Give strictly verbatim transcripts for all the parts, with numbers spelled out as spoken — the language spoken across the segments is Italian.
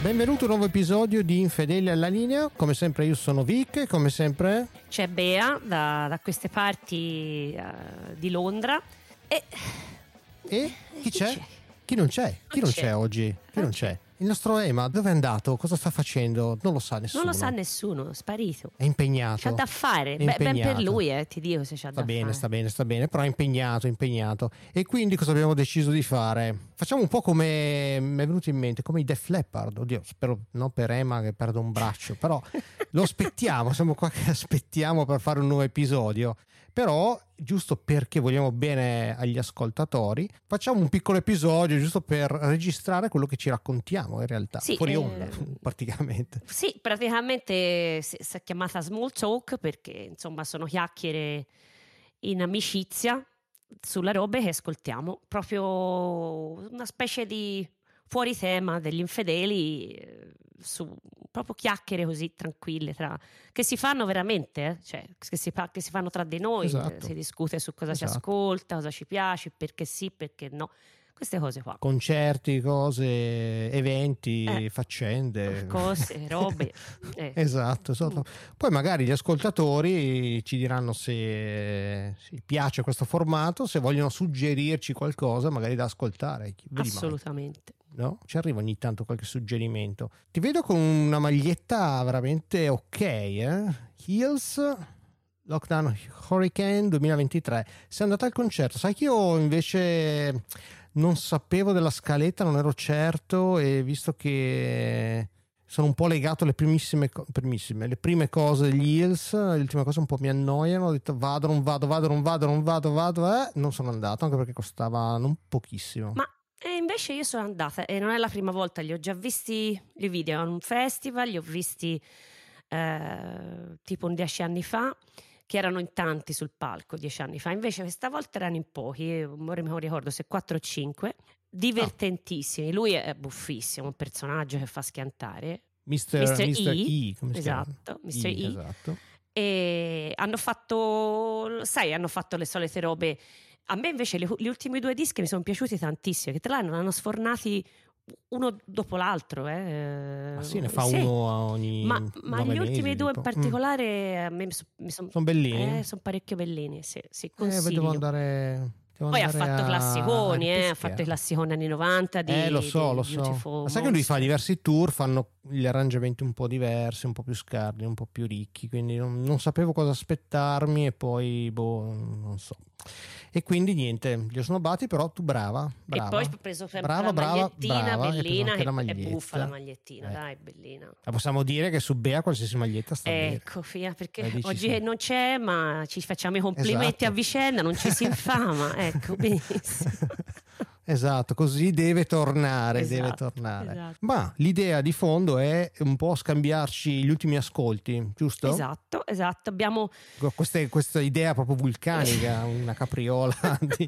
Benvenuto a un nuovo episodio di Infedeli alla linea. Come sempre io sono Vic e come sempre c'è Bea da, da queste parti uh, di Londra e... E chi c'è? Chi, c'è? Chi non c'è? Chi non, non c'è. c'è oggi? Chi non c'è? Il nostro Ema dove è andato? Cosa sta facendo? Non lo sa nessuno. Non lo sa nessuno, è sparito. È impegnato. C'ha da fare. Beh, ben per lui, eh, ti dico se c'ha sta da bene, fare. Sta bene, sta bene, però è impegnato, impegnato. E quindi cosa abbiamo deciso di fare? Facciamo un po' come mi è venuto in mente, come i Def Leppard. Oddio, spero non per Ema che perda un braccio, però lo aspettiamo, siamo qua che aspettiamo per fare un nuovo episodio. Però, giusto perché vogliamo bene agli ascoltatori, facciamo un piccolo episodio giusto per registrare quello che ci raccontiamo in realtà, sì, fuori eh, onda praticamente. Sì, praticamente si è chiamata Small Talk perché insomma sono chiacchiere in amicizia sulla roba che ascoltiamo, proprio una specie di fuori tema degli infedeli, eh, su proprio chiacchiere così tranquille tra, che si fanno veramente, eh? Cioè che si, fa, che si fanno tra di noi, esatto. eh, si discute su cosa esatto. si ascolta, cosa ci piace, perché sì, perché no, queste cose qua. Concerti, cose, eventi, eh, faccende, cose, robe. Eh. esatto, esatto. Poi magari gli ascoltatori ci diranno se, se piace questo formato, se vogliono suggerirci qualcosa magari da ascoltare. Vedi Assolutamente. Mai. No? Ci arriva ogni tanto qualche suggerimento. Ti vedo con una maglietta veramente ok, eh? Heels Lockdown Hurricane duemilaventitré. Sei andata al concerto? Sai che io invece non sapevo della scaletta, non ero certo, e visto che sono un po' legato alle primissime, primissime le prime cose degli Heels, le ultime cose un po' mi annoiano, ho detto vado, non vado, vado, non vado, non vado, vado, eh, non sono andato, anche perché costavano un pochissimo. Ma e invece io sono andata e non è la prima volta, li ho già visti i video a un festival, li ho visti eh, tipo un dieci anni fa, che erano in tanti sul palco dieci anni fa, invece questa volta erano in pochi, ora mi ricordo se quattro o cinque, divertentissimi. Lui è buffissimo, un personaggio che fa schiantare, mister, mister mister E, E, come si esatto, chiama? mister E, esatto. E hanno fatto, sai, hanno fatto le solite robe. A me invece gli, gli ultimi due dischi mi sono piaciuti tantissimo, che tra l'altro non hanno sfornati uno dopo l'altro, eh. Ma sì, ne fa sì. uno a ogni ma, ma gli mesi, ultimi due tipo. in particolare mm. a me mi sono son, son bellini, eh, sono parecchio bellini, sì, sì, consiglio. Eh, devo andare, devo poi andare ha fatto a, classiconi, eh, ha fatto i classiconi anni novanta di, eh lo so, di lo so. Beautiful Sai che lui fa diversi tour, fanno gli arrangiamenti un po' diversi, un po' più scarni, un po' più ricchi, quindi non, non sapevo cosa aspettarmi e poi boh, non so. E quindi niente, li ho snobati, però tu brava, brava. E poi ho preso sempre brava, la brava, magliettina brava, bellina, che che la è maglietta. buffa la magliettina, eh. dai, bellina. La possiamo dire che su Bea qualsiasi maglietta sta bene. Ecco, fia, perché eh, oggi sì. non c'è, ma ci facciamo i complimenti esatto. a vicenda, non ci si infama, ecco, benissimo. Esatto, così deve tornare, esatto, deve tornare. Esatto. Ma l'idea di fondo è un po' scambiarci gli ultimi ascolti, giusto? Esatto, esatto. Abbiamo questa, questa idea proprio vulcanica, una capriola di,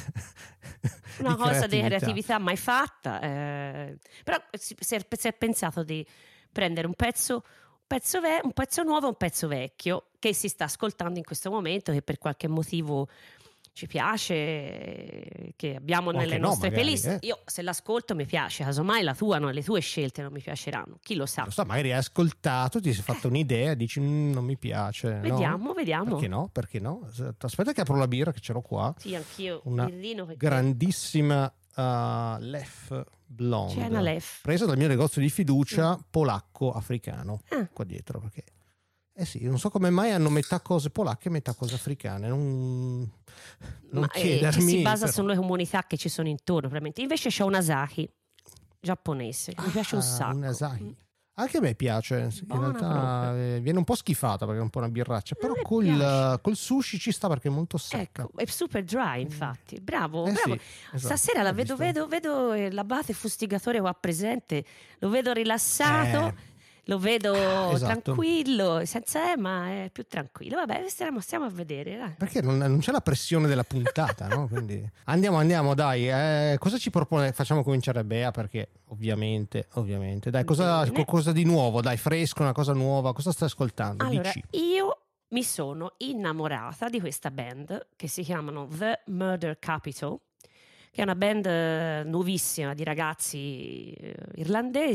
una di cosa creatività. di creatività mai fatta. Eh, però si, si, è, si è pensato di prendere un pezzo, un pezzo, ve- un pezzo nuovo e un pezzo vecchio che si sta ascoltando in questo momento, che per qualche motivo ci piace, che abbiamo o nelle no, nostre magari, playlist. eh. Io se l'ascolto mi piace, casomai la tua, no, le tue scelte non mi piaceranno, chi lo sa. Lo so, magari hai ascoltato, ti sei fatto un'idea, dici mm, non mi piace. Vediamo, no? vediamo. Perché no? Perché no? Aspetta che apro la birra che ce l'ho qua. Sì, anch'io. Una perché... grandissima uh, Lef Blonde. C'è una Lef. Presa dal mio negozio di fiducia, mm. polacco-africano. Ah. Qua dietro, perché... Eh sì, non so come mai hanno metà cose polacche e metà cose africane. Non, non Ma chiedermi. eh, si basa però. sulle comunità che ci sono intorno, veramente. Invece c'è un Asahi giapponese, mi ah, piace un sacco. Un Asahi. Anche a me piace, in Buona realtà eh, viene un po' schifata perché è un po' una birraccia, però col, col sushi ci sta perché è molto secca. Ecco, è super dry infatti, bravo, eh bravo. Sì, esatto. Stasera la vedo, vedo, vedo l'abate fustigatore qua presente, lo vedo rilassato. Eh. Lo vedo esatto. tranquillo, senza Ema è più tranquillo. Vabbè, stiamo, stiamo a vedere. Dai. Perché non, non c'è la pressione della puntata, no? Quindi andiamo, andiamo, dai. Eh, cosa ci propone? Facciamo cominciare Bea perché ovviamente, ovviamente. Dai, cosa, qualcosa di nuovo, dai, fresco, una cosa nuova. Cosa stai ascoltando? Allora, Dici. io mi sono innamorata di questa band che si chiamano The Murder Capital, che è una band nuovissima di ragazzi irlandesi.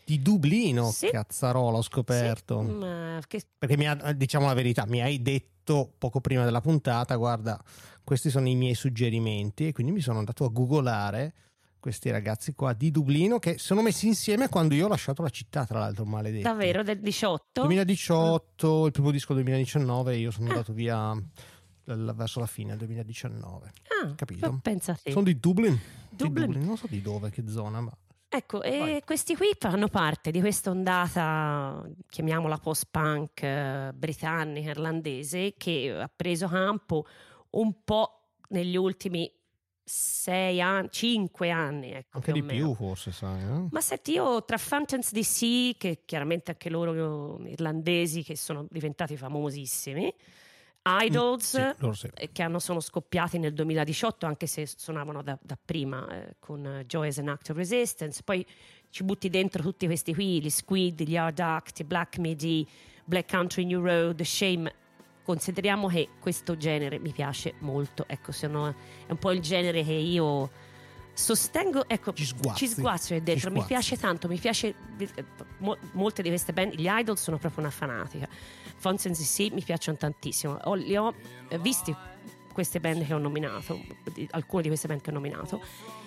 Di Dublino, sì. Cazzarola, ho scoperto. Sì, ma che... Perché mi ha, diciamo la verità, mi hai detto poco prima della puntata, guarda, questi sono i miei suggerimenti, e quindi mi sono andato a googolare questi ragazzi qua di Dublino che sono messi insieme quando io ho lasciato la città, tra l'altro, maledetti. Davvero? Del diciotto? duemiladiciotto, il primo disco del duemiladiciannove, io sono ah. andato via l- verso la fine del duemiladiciannove. Ah, capito? Pensa a te. Sono di Dublin. Dublin. Di Dublin, non so di dove, che zona, ma... Ecco, e Vai. questi qui fanno parte di questa ondata, chiamiamola post-punk eh, britannica, irlandese, che ha preso campo un po' negli ultimi sei anni, cinque anni. Ecco, Anche più di o meno. più, forse, sai. Eh? Ma senti, io tra Fountains D C, che chiaramente anche loro irlandesi, che sono diventati famosissimi, Idols, mm, sì, loro sì. che hanno, sono scoppiati nel duemiladiciotto, anche se suonavano da, da prima eh, con uh, Joy as an Act of Resistance. Poi ci butti dentro tutti questi qui, gli Squid, gli Hard Act, Black Midi, Black Country New Road, Shame. Consideriamo che questo genere mi piace molto, ecco, sono, è un po' il genere che io sostengo, ecco, ci sguazzi, ci sguazzo è dentro, mi piace tanto, mi piace mo, molte di queste band, gli Idols sono proprio una fanatica, Fountains D C mi piacciono tantissimo, ho, li ho visti queste band che ho nominato, alcune di queste band che ho nominato,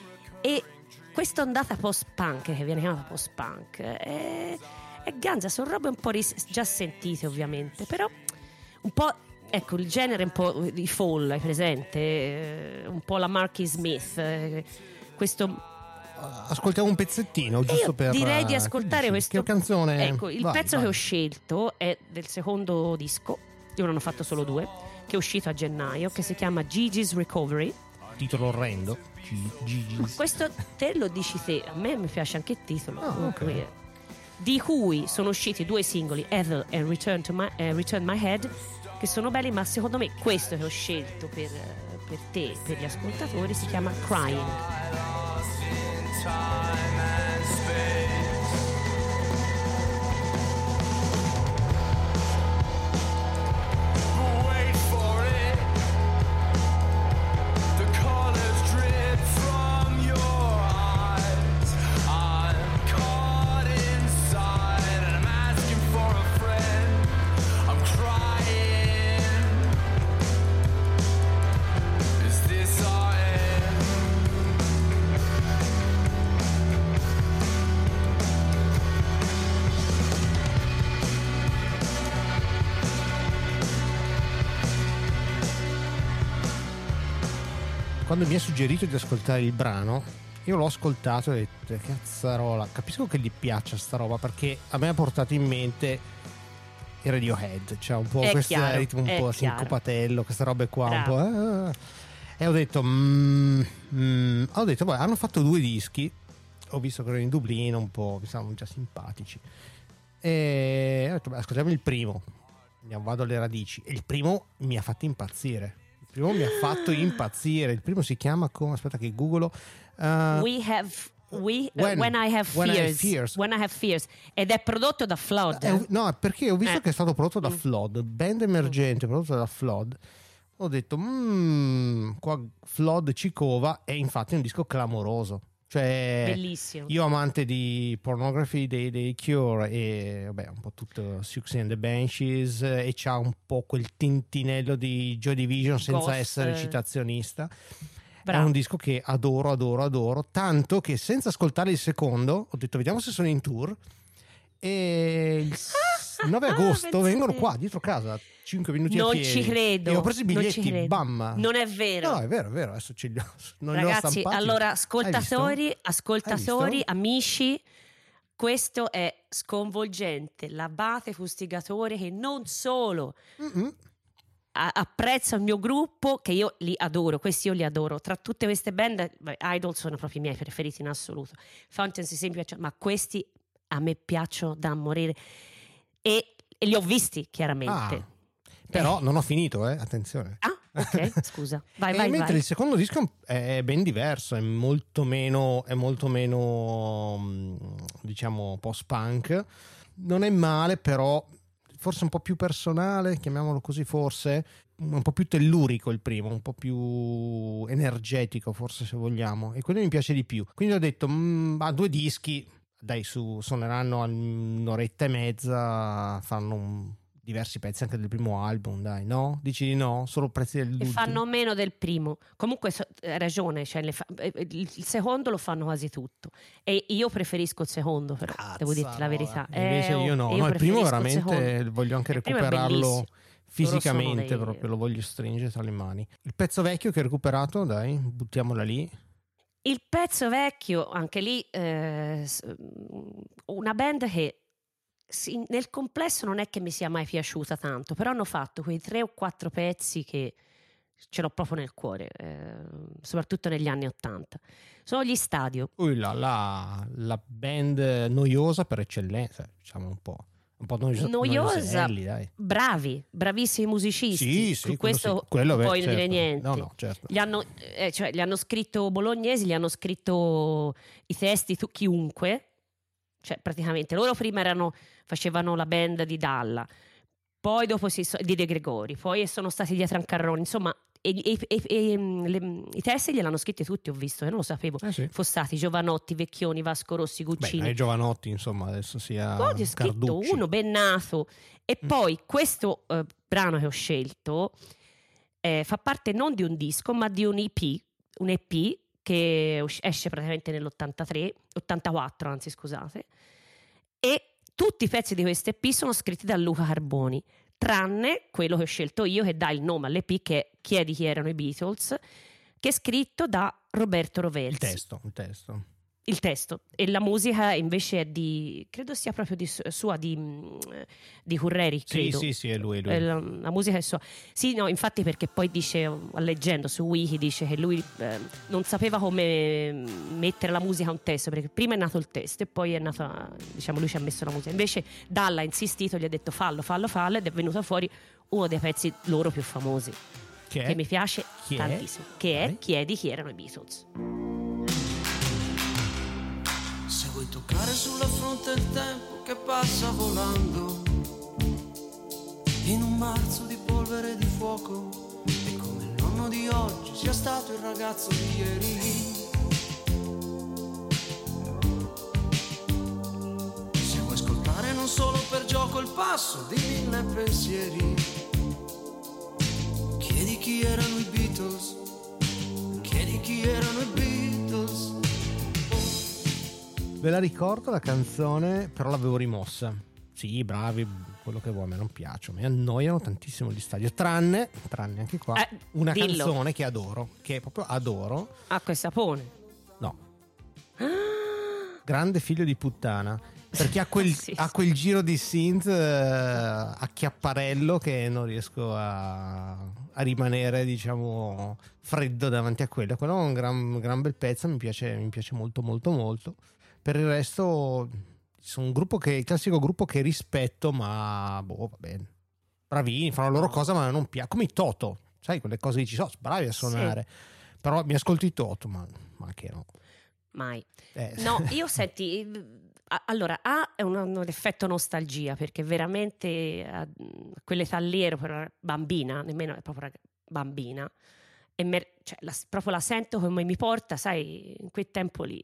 e questa ondata post-punk che viene chiamata post-punk è, è ganza, sono robe un po' ris- già sentite ovviamente, però un po', ecco, il genere un po' di Fall, hai presente? Un po' la Marky Smith, eh, questo... Ascoltiamo un pezzettino, giusto Io per... direi di ascoltare questo... Che canzone? Ecco, il vai, pezzo vai. che ho scelto è del secondo disco, io non ho fatto solo due, che è uscito a gennaio, che si chiama Gigi's Recovery. Titolo orrendo. Gigi's. Questo te lo dici te, a me mi piace anche il titolo. Oh, okay. Di cui sono usciti due singoli, Ethel e Return, to my, uh, Return My Head, che sono belli, ma secondo me questo che ho scelto per, per te, per gli ascoltatori, si chiama Crying. Quando mi è suggerito di ascoltare il brano, io l'ho ascoltato e ho detto cazzarola, capisco che gli piaccia sta roba, perché a me ha portato in mente il Radiohead, cioè un po' è questo chiaro, ritmo un po' sincopatello, queste robe qua. Bravo. Un po', eh, e ho detto mm, mm, ho detto poi hanno fatto due dischi, ho visto che erano in Dublino, un po' mi stavano già simpatici, e ho detto beh, ascoltiamo il primo, andiamo, vado alle radici, e il primo mi ha fatto impazzire. Il primo mi ha fatto impazzire. Il primo si chiama come? Aspetta che googolo. Uh, We have we, when, uh, when I have when fears, I have fears. When I have fears. Ed è prodotto da Flood. Eh, no, perché ho visto eh. che è stato prodotto da Flood, band emergente prodotto da Flood. Ho detto, mmm, qua Flood ci cova, e infatti è un disco clamoroso. Cioè, bellissimo. Io amante di Pornography dei, dei Cure e vabbè, un po' tutto Siouxsie and the Banshees, e c'ha un po' quel tintinello di Joy Division senza Ghost. essere citazionista. Bravo. È un disco che adoro, adoro, adoro, tanto che senza ascoltare il secondo ho detto vediamo se sono in tour, e il nove agosto ah, vengono qua dietro casa, cinque minuti non a piedi, ci credo, e ho preso i biglietti, bam. Non è vero. No, è vero, è vero, adesso ce li ho, non ragazzi, li ho allora ascoltatori, ascoltatori, amici, questo è sconvolgente, l'abate fustigatore che non solo Mm-mm. apprezzo il mio gruppo, che io li adoro, questi io li adoro, tra tutte queste band Idol sono proprio i miei preferiti in assoluto, Fountains si piacciono, ma questi a me piacciono da morire, e, e li ho visti chiaramente. Ah, però eh. non ho finito, eh, attenzione. Ah, ok, scusa. Vai, e vai, mentre vai. il secondo disco è ben diverso, è molto meno, è molto meno, diciamo, post-punk. Non è male, però forse un po' più personale, chiamiamolo così, forse un po' più tellurico il primo, un po' più energetico forse, se vogliamo, e quello mi piace di più. Quindi ho detto, mh, ah, due dischi, dai, su suoneranno un'oretta e mezza, fanno un, diversi pezzi anche del primo album, dai, no? Dici di no? Solo prezzi dell'ultimo? E fanno meno del primo. Comunque hai ragione, cioè le fa- il secondo lo fanno quasi tutto. E io preferisco il secondo, però, Cazzarola. devo dirti la verità. Invece eh, io no, io no il primo preferisco veramente il voglio anche Il primo è recuperarlo bellissimo. fisicamente, Loro sono proprio dei- lo voglio stringere tra le mani. Il pezzo vecchio che hai recuperato, dai, buttiamola lì. Il pezzo vecchio, anche lì, eh, s- una band che sì, nel complesso non è che mi sia mai piaciuta tanto, però hanno fatto quei tre o quattro pezzi che ce l'ho proprio nel cuore, eh, soprattutto negli anni Ottanta. Sono gli Stadio. Ui là, la, la band noiosa per eccellenza, diciamo un po'. Un po' noiosa, Noiosa, noioselli, dai. bravi, bravissimi musicisti. Sì, Su sì, quello questo sì. Quello, beh, non puoi certo. dire niente. No, no, certo. Gli hanno, eh, cioè, gli hanno scritto bolognesi, gli hanno scritto i testi tu, chiunque, cioè praticamente loro prima erano, facevano la band di Dalla, poi dopo si, so- di De Gregori, poi sono stati dietro a Carroni, insomma, e, e- e- e, mm, le- i testi gliel'hanno scritti tutti, ho visto, e non lo sapevo. Eh sì. Fossati, Giovanotti, Vecchioni, Vasco Rossi, Beh, Guccini. dai, Giovanotti, insomma, adesso sia Poi ho scritto Carducci. uno, Bennato, e Mm. poi questo eh, brano che ho scelto eh, fa parte non di un disco, ma di un E P, un E P che us- esce praticamente nell'ottantatré, ottantaquattro anzi, scusate, e tutti i pezzi di questo E P sono scritti da Luca Carboni, tranne quello che ho scelto io, che dà il nome all'E P, che è Chiedi chi erano i Beatles, che è scritto da Roberto Roversi. Il testo, il testo. Il testo, e la musica invece è di, credo sia proprio di su- sua, di, mm, di Curreri, Sì, credo. sì, sì, è lui, è lui. Eh, La, la musica è sua. Sì, no, infatti, perché poi dice, leggendo su Wiki, dice che lui eh, non sapeva come mettere la musica a un testo, perché prima è nato il testo e poi è nata, diciamo, lui ci ha messo la musica. Invece Dalla ha insistito, gli ha detto fallo, fallo, fallo, ed è venuto fuori uno dei pezzi loro più famosi, Che, che mi piace Chi è? tantissimo, che è Vai. Chiedi chi erano i Beatles. Se vuoi toccare sulla fronte il tempo che passa volando, in un marzo di polvere e di fuoco, e come il nonno di oggi sia stato il ragazzo di ieri. Se vuoi ascoltare non solo per gioco il passo di mille pensieri, chiedi chi erano i Beatles, chiedi chi erano i Beatles. Ve la ricordo la canzone, però l'avevo rimossa. Sì, bravi, quello che vuoi, a me non piacciono, mi annoiano tantissimo gli stadio, tranne, tranne anche qua, Eh, una dillo. canzone che adoro, che proprio adoro, Acqua e sapone. no, Grande figlio di puttana, perché ha quel, Sì, ha sì. quel giro di synth eh, a chiapparello che non riesco a, a rimanere, diciamo, freddo davanti a quello. Quello è un gran, gran bel pezzo, mi piace, mi piace molto molto molto. Per il resto sono un gruppo che, il classico gruppo che rispetto, ma boh, va bene, bravini, fanno la loro cosa, ma non piace, come i Toto, sai, quelle cose dici, so, bravi a suonare, però mi ascolto i Toto, ma, ma che no. Mai. Eh, No, io senti, a- allora, A è un, un effetto nostalgia, perché veramente a, a quell'età lì ero però bambina, nemmeno è proprio rag- bambina, e mer- cioè, la- proprio la sento come mi porta, sai, in quel tempo lì.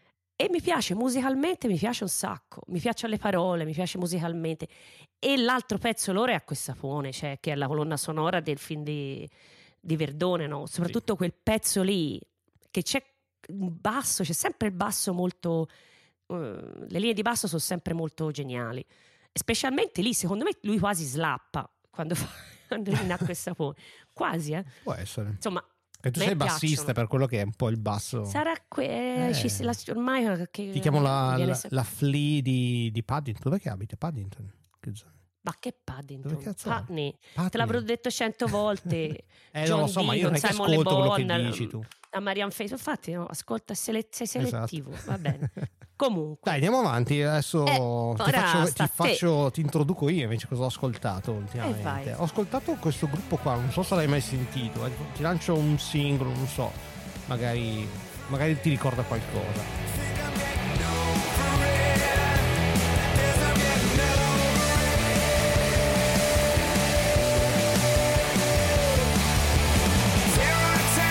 E mi piace musicalmente, mi piace un sacco, mi piacciono le parole, mi piace musicalmente. E l'altro pezzo loro è Acqua e sapone, cioè, che è la colonna sonora del film di, di Verdone, no? Soprattutto quel pezzo lì, che c'è un basso, c'è sempre il basso molto, eh, le linee di basso sono sempre molto geniali, e specialmente lì secondo me lui quasi slappa quando fa quando in Acqua e sapone, quasi, eh. può essere. Insomma, E tu me sei piacciono. bassista, per quello che è un po' il basso. Sarà que- Eh. ci- la- ormai che Ti chiamo la, viene la, se- la Flea di, di Paddington. Dov'è che abiti? Paddington? Che zona? ma che Paddington, Dove cazzo è? Putney. Te Putney. l'avrò detto cento volte. Eh, John non lo so, ma io non è che Deacon, Simon ascolto quello che Le Bon, dici tu. a Marianne Faithfull, infatti no, ascolta, sele- sei Esatto. selettivo, va bene. Comunque, Dai, andiamo avanti. Adesso Eh, ti, ora faccio, sta ti, a te. faccio- ti introduco io invece cosa ho ascoltato ultimamente. Eh, vai. Ho ascoltato questo gruppo qua, non so se l'hai mai sentito. eh, Ti lancio un singolo, non so, magari, magari ti ricorda qualcosa.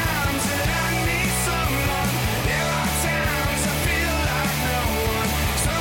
There are times I feel like no one. So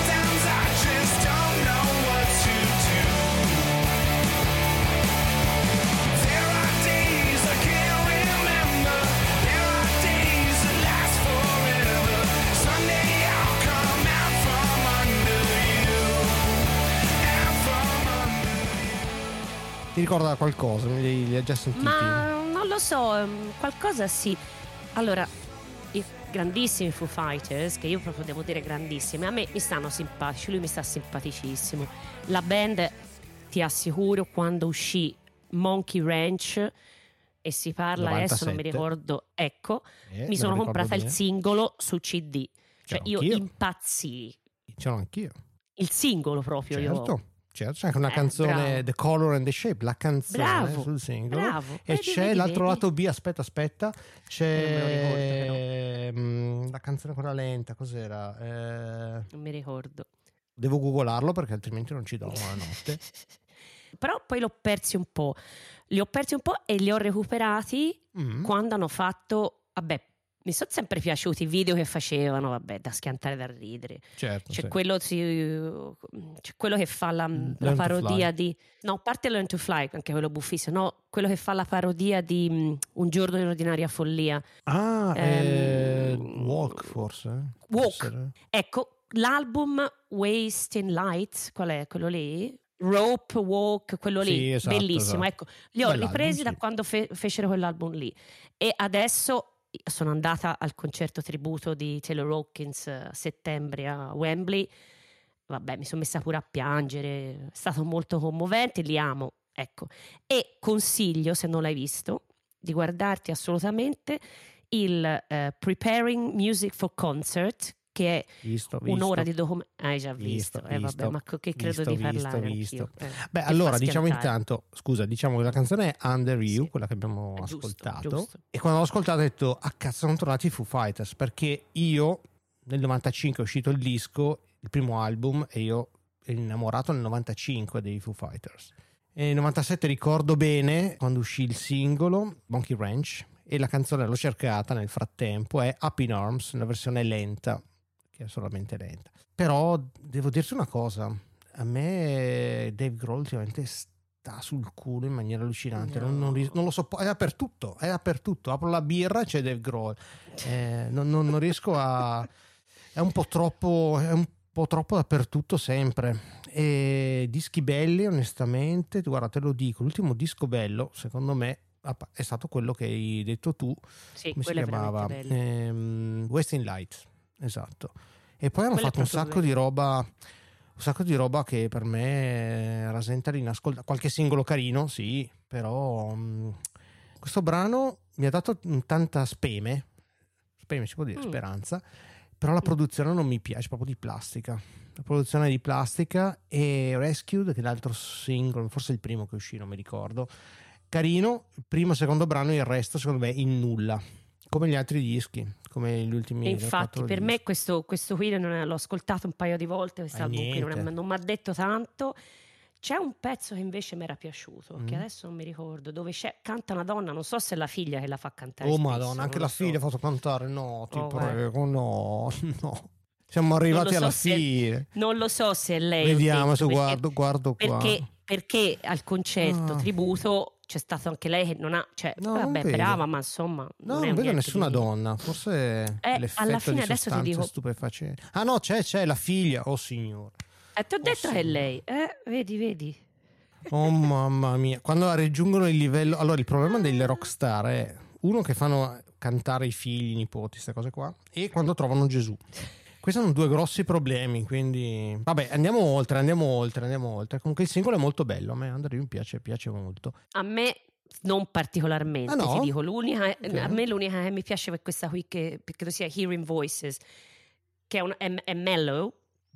ti ricorda qualcosa? Li, li hai già sentiti? Ma non lo so, qualcosa sì. Allora, i grandissimi Foo Fighters, che io proprio devo dire grandissimi, a me mi stanno simpatici, lui mi sta simpaticissimo. La band, ti assicuro, quando uscì Monkey Ranch, e si parla novantasette. Adesso non mi ricordo, ecco, eh, mi sono comprata bene. il singolo su C D, cioè C'ero io anch'io. impazzii. C'ero anch'io. Il singolo proprio Certo. io. Certo, c'è anche una Eh, canzone, bravo. The Color and the Shape, la canzone Bravo, sul singolo. bravo. E Vedi, c'è vedi, l'altro vedi. lato B, aspetta, aspetta, Eh, c'è mm, la canzone quella lenta, cos'era? Eh, Non mi ricordo. devo googolarlo perché altrimenti non ci dormo la notte. Però poi l'ho persi un po'. Li ho persi un po' e li ho recuperati Mm. quando hanno fatto. Vabbè, mi sono sempre piaciuti i video che facevano, vabbè, da schiantare da ridere. Certo, C'è, sì. quello, si- c'è quello che fa la, Learn la to parodia Fly. di. No, a parte Learn to Fly, anche quello buffissimo. No, quello che fa la parodia di mm, Un giorno di ordinaria follia. Ah, eh, Ehm, Walk forse? Può Walk. essere? Ecco, l'album Wasting Light, qual è quello lì? Rope Walk, quello lì, Sì, esatto, bellissimo. esatto. Ecco, li ho Bell'album, ripresi sì. da quando fe- fecero quell'album lì. E adesso sono andata al concerto tributo di Taylor Hawkins a settembre a Wembley. Vabbè, mi sono messa pure a piangere, è stato molto commovente, li amo, ecco. E consiglio, se non l'hai visto, di guardarti assolutamente il eh, Preparing Music for Concert, che è Visto, visto. un'ora di documento. Hai già visto, Visto, eh, visto, vabbè, ma co- che credo visto, di visto, parlare visto. anch'io, eh, Beh, che allora fa diciamo schiantare. intanto, scusa, diciamo che la canzone è Under You, Sì. quella che abbiamo È giusto, ascoltato. giusto. E quando l'ho ascoltata ho detto, ah cazzo, sono tornati i Foo Fighters, perché io nel novantacinque è uscito il disco, il primo album, e io ero innamorato nel novantacinque dei Foo Fighters. E nel novantasette ricordo bene quando uscì il singolo Monkey Ranch, e la canzone l'ho cercata nel frattempo, è Up in Arms, una versione lenta, che è solamente lenta. Però devo dirti una cosa, a me Dave Grohl ultimamente sta sul culo in maniera allucinante. No. Non, non ris- non lo so, è dappertutto, è dappertutto. Apro la birra e c'è Dave Grohl. Eh, non, non- non riesco a... è un po' troppo... È un po' troppo dappertutto sempre. E dischi belli, onestamente, guarda, te lo dico, l'ultimo disco bello, secondo me, è stato quello che hai detto tu. Sì, Come si quello è chiamava? veramente bello. Ehm, Wasting Light, esatto. E poi hanno Quello è fatto un proprio sacco bello. di roba, un sacco di roba che per me rasenta l'inascolta. Qualche singolo carino, sì, però mh, questo brano mi ha dato tanta speme, speme si può dire, Mm. speranza, però la produzione non mi piace, proprio di plastica. La produzione è di plastica. E Rescued, che è l'altro singolo, forse il primo che uscì, non mi ricordo, carino, il primo e secondo brano, il resto secondo me in nulla, come gli altri dischi, come gli ultimi E infatti quattro per dischi. me questo, questo qui non è- l'ho ascoltato un paio di volte, questo Ah, album qui non, niente. è- non mi ha detto tanto. C'è un pezzo che invece mi era piaciuto, Mm. che adesso non mi ricordo, dove c'è, canta una donna, non so se è la figlia che la fa cantare Oh spesso, madonna, anche non la lo so. figlia ha fatto cantare, no, ti Oh, prego, no, no. Siamo arrivati so alla se- fine. Non lo so se è lei. ho Vediamo, detto, se perché- guardo, guardo qua. Perché, perché al concerto Ah. tributo c'è stato anche lei che non ha, cioè, No, non vabbè, vedo. brava, ma insomma, No, non, non è vedo niente nessuna di- donna, forse Eh, l'effetto alla fine di adesso ti sostanze dico- stupefacenti. Ah no, c'è, c'è la figlia, oh signore. Eh, ti ho Oh, detto che è sì. lei, eh, vedi, vedi. Oh mamma mia, quando raggiungono il livello... Allora, il problema delle rockstar è uno che fanno cantare i figli, i nipoti, queste cose qua, e quando trovano Gesù. Questi sono due grossi problemi, quindi... Vabbè, andiamo oltre, andiamo oltre, andiamo oltre. Comunque il singolo è molto bello, a me Under You mi piace, piace molto. A me non particolarmente, Ah, no? ti dico, l'unica, Ok. a me l'unica che mi piace è questa qui che che credo sia Hearing Voices, che è, un, è, è mellow,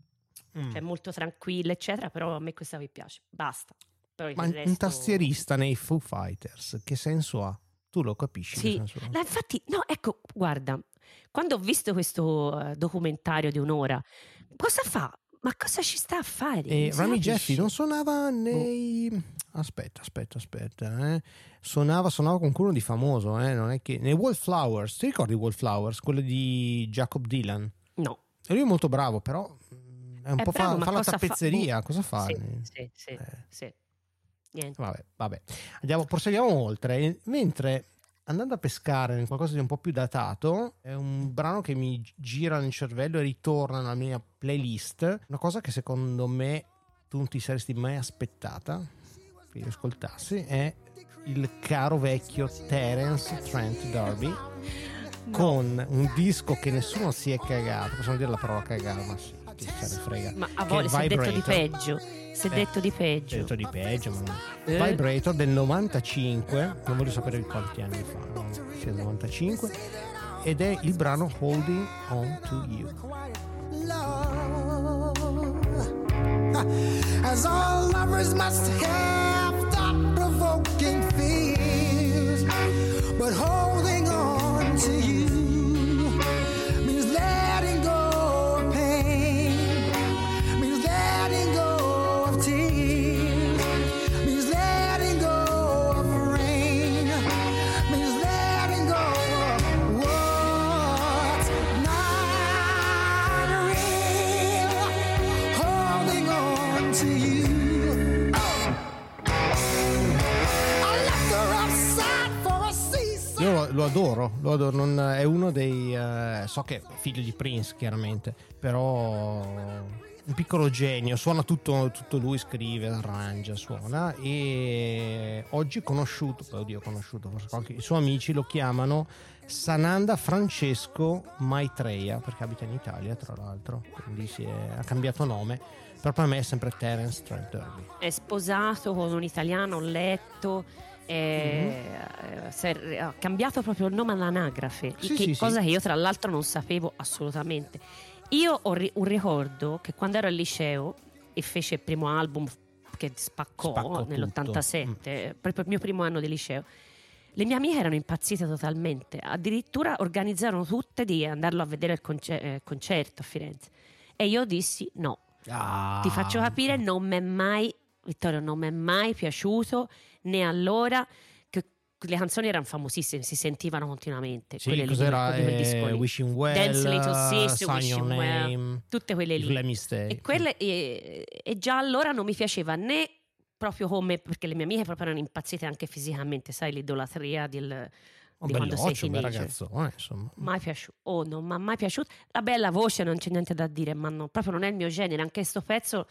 Mm. cioè molto tranquilla, eccetera, però a me questa mi piace, basta. Poi Ma il un resto- tastierista nei Foo Fighters, che senso ha? Tu lo capisci? Sì, che senso ha? no, infatti, no, ecco, guarda, quando ho visto questo eh, documentario di un'ora, cosa fa? Ma cosa ci sta a fare? E Non si Rami capisce. Jeffy non suonava nei... Aspetta, aspetta, aspetta. Eh. Suonava, suonava con quello di famoso, eh. Non è che... Nei Wallflowers, ti ricordi Wallflowers? Quello di Jacob Dylan? No. E lui è molto bravo, però mm, è un È po' bravo, fa, ma fa la cosa fa? tappezzeria. Boh. Cosa fa? Sì, sì, sì, Eh. sì. Niente. Vabbè, vabbè. Andiamo, proseguiamo oltre. E mentre andando a pescare in qualcosa di un po' più datato, è un brano che mi gira nel cervello e ritorna nella mia playlist. Una cosa che secondo me tu non ti saresti mai aspettata. vi ascoltassi, è il caro vecchio Terence Trent D'Arby, no. con un disco che nessuno si è cagato, possiamo dire la parola cagare, ma sì, chi se ne frega. Ma a volte si è detto di peggio, si è eh, detto di peggio. detto di peggio, ma no. eh. Vibrator del novantacinque, non voglio sapere di quanti anni fa, no? Sì, del novantacinque, ed è il brano Holding On To You. As all lovers must have thought-provoking fears, but holding on to you means letting go of pain, means letting go of tears, means letting go of rain, means letting go of what's not real, holding on to you. Io lo, lo adoro, lo adoro, non, è uno dei... Eh, so che è figlio di Prince, chiaramente, però un piccolo genio, suona tutto, tutto lui, scrive, arrangia, suona, e oggi conosciuto, oddio conosciuto, forse anche i suoi amici lo chiamano Sananda Francesco Maitreya, perché abita in Italia, tra l'altro, quindi si è, ha cambiato nome, però per me è sempre Terence Trent D'Arby. È sposato con un italiano, ho letto... Eh, mm-hmm. ha cambiato proprio il nome all'anagrafe, sì, che, sì, cosa sì. che io tra l'altro non sapevo assolutamente. Io ho ri- un ricordo che quando ero al liceo e fece il primo album che spaccò, Spaccò nell'ottantasette, mm. proprio il mio primo anno di liceo, le mie amiche erano impazzite totalmente, addirittura organizzarono tutte di andarlo a vedere il concer- eh, concerto a Firenze, e io dissi no, ah. ti faccio capire, non mi è mai, Vittorio, non mi è mai piaciuto, né allora, che le canzoni erano famosissime, si sentivano continuamente. Sì, quelle cos'era? Lì, quel disco lì. Wishing Well, Dance a Little Sister, Sign Wishing Your Well, Name, tutte quelle lì. Let Me Stay. E quelle e, e già allora non mi piaceva né proprio come, perché le mie amiche proprio erano impazzite anche fisicamente, sai, l'idolatria del, un di bel quando occhio, sei un bel teenager. ragazzone, insomma. Mai piaciuto, oh, non mi ha mai piaciuto. La bella voce non c'è niente da dire, ma no, proprio non è il mio genere. Anche sto pezzo,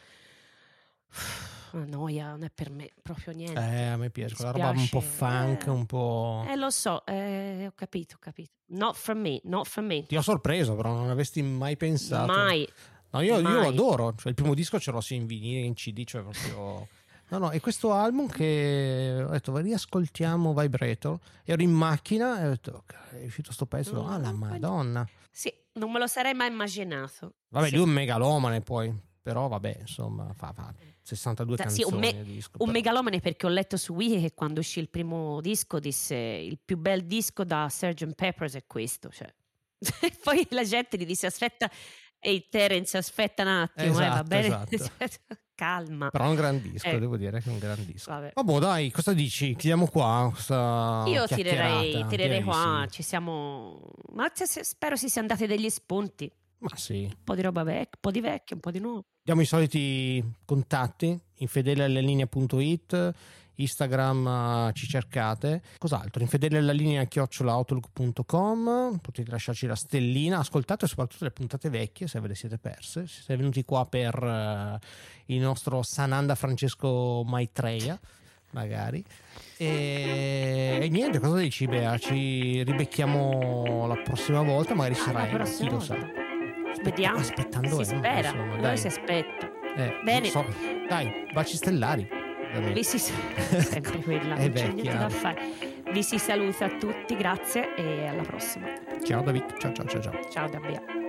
una noia, non è per me proprio niente. Eh, a me piace Mi quella roba un po' spiace. funk, eh, un po'. Eh, lo so, eh, ho capito, ho capito. Not for me, not for me. Ti ho sorpreso, però non avresti mai pensato. Mai. No, io, io mai. lo adoro. Cioè, il primo disco ce l'ho sia in vinile, in C D, cioè proprio. No, no, e questo album che ho detto, riascoltiamo Vibrator. Ero in macchina e ho detto, è uscito sto pezzo. Ah, la Madonna. Sì, non me lo sarei mai immaginato. Vabbè, sì. lui è un megalomane poi. Però vabbè, insomma, fa, fa sessantadue Sì, canzoni un, me- di disco, un però. megalomane, perché ho letto su Wiki che quando uscì il primo disco disse il più bel disco da sergeant Pepper's è questo, cioè. E poi la gente gli disse aspetta, ehi Terence, aspetta un attimo, Esatto, eh, va bene? esatto. Calma. Però è un gran disco, Eh. devo dire che è un gran disco. Vabbè. Vabbè, dai, cosa dici? Chiudiamo qua questa Io tirerei, chiacchierata? tirerei Direi qua, sì. ci siamo. Ma se- se- spero si siano dati degli spunti. Ma sì. Un po' di roba vecchia, un po' di vecchio, un po' di nuovo. Diamo i soliti contatti, infedele alla linea punto it, Instagram uh, ci cercate. Cos'altro? Infedele alla linea chiocciola outlook punto com, potete lasciarci la stellina, ascoltate soprattutto le puntate vecchie se ve le siete perse. Se siete venuti qua per uh, il nostro Sananda Francesco Maitreya, magari. E, e niente, cosa dici Bea? Ci ribecchiamo la prossima volta, magari sarai, La chi lo sa. prossima Aspetta- Vediamo. aspettando si eh, spera, insomma, noi dai. si aspetta. Eh, Bene. so- dai, baci stellari. Vi si sempre quella, È non c'è vecchia. niente da fare. Vi si saluta a tutti, grazie e alla prossima. Ciao David, ciao ciao ciao ciao. Ciao da Bea.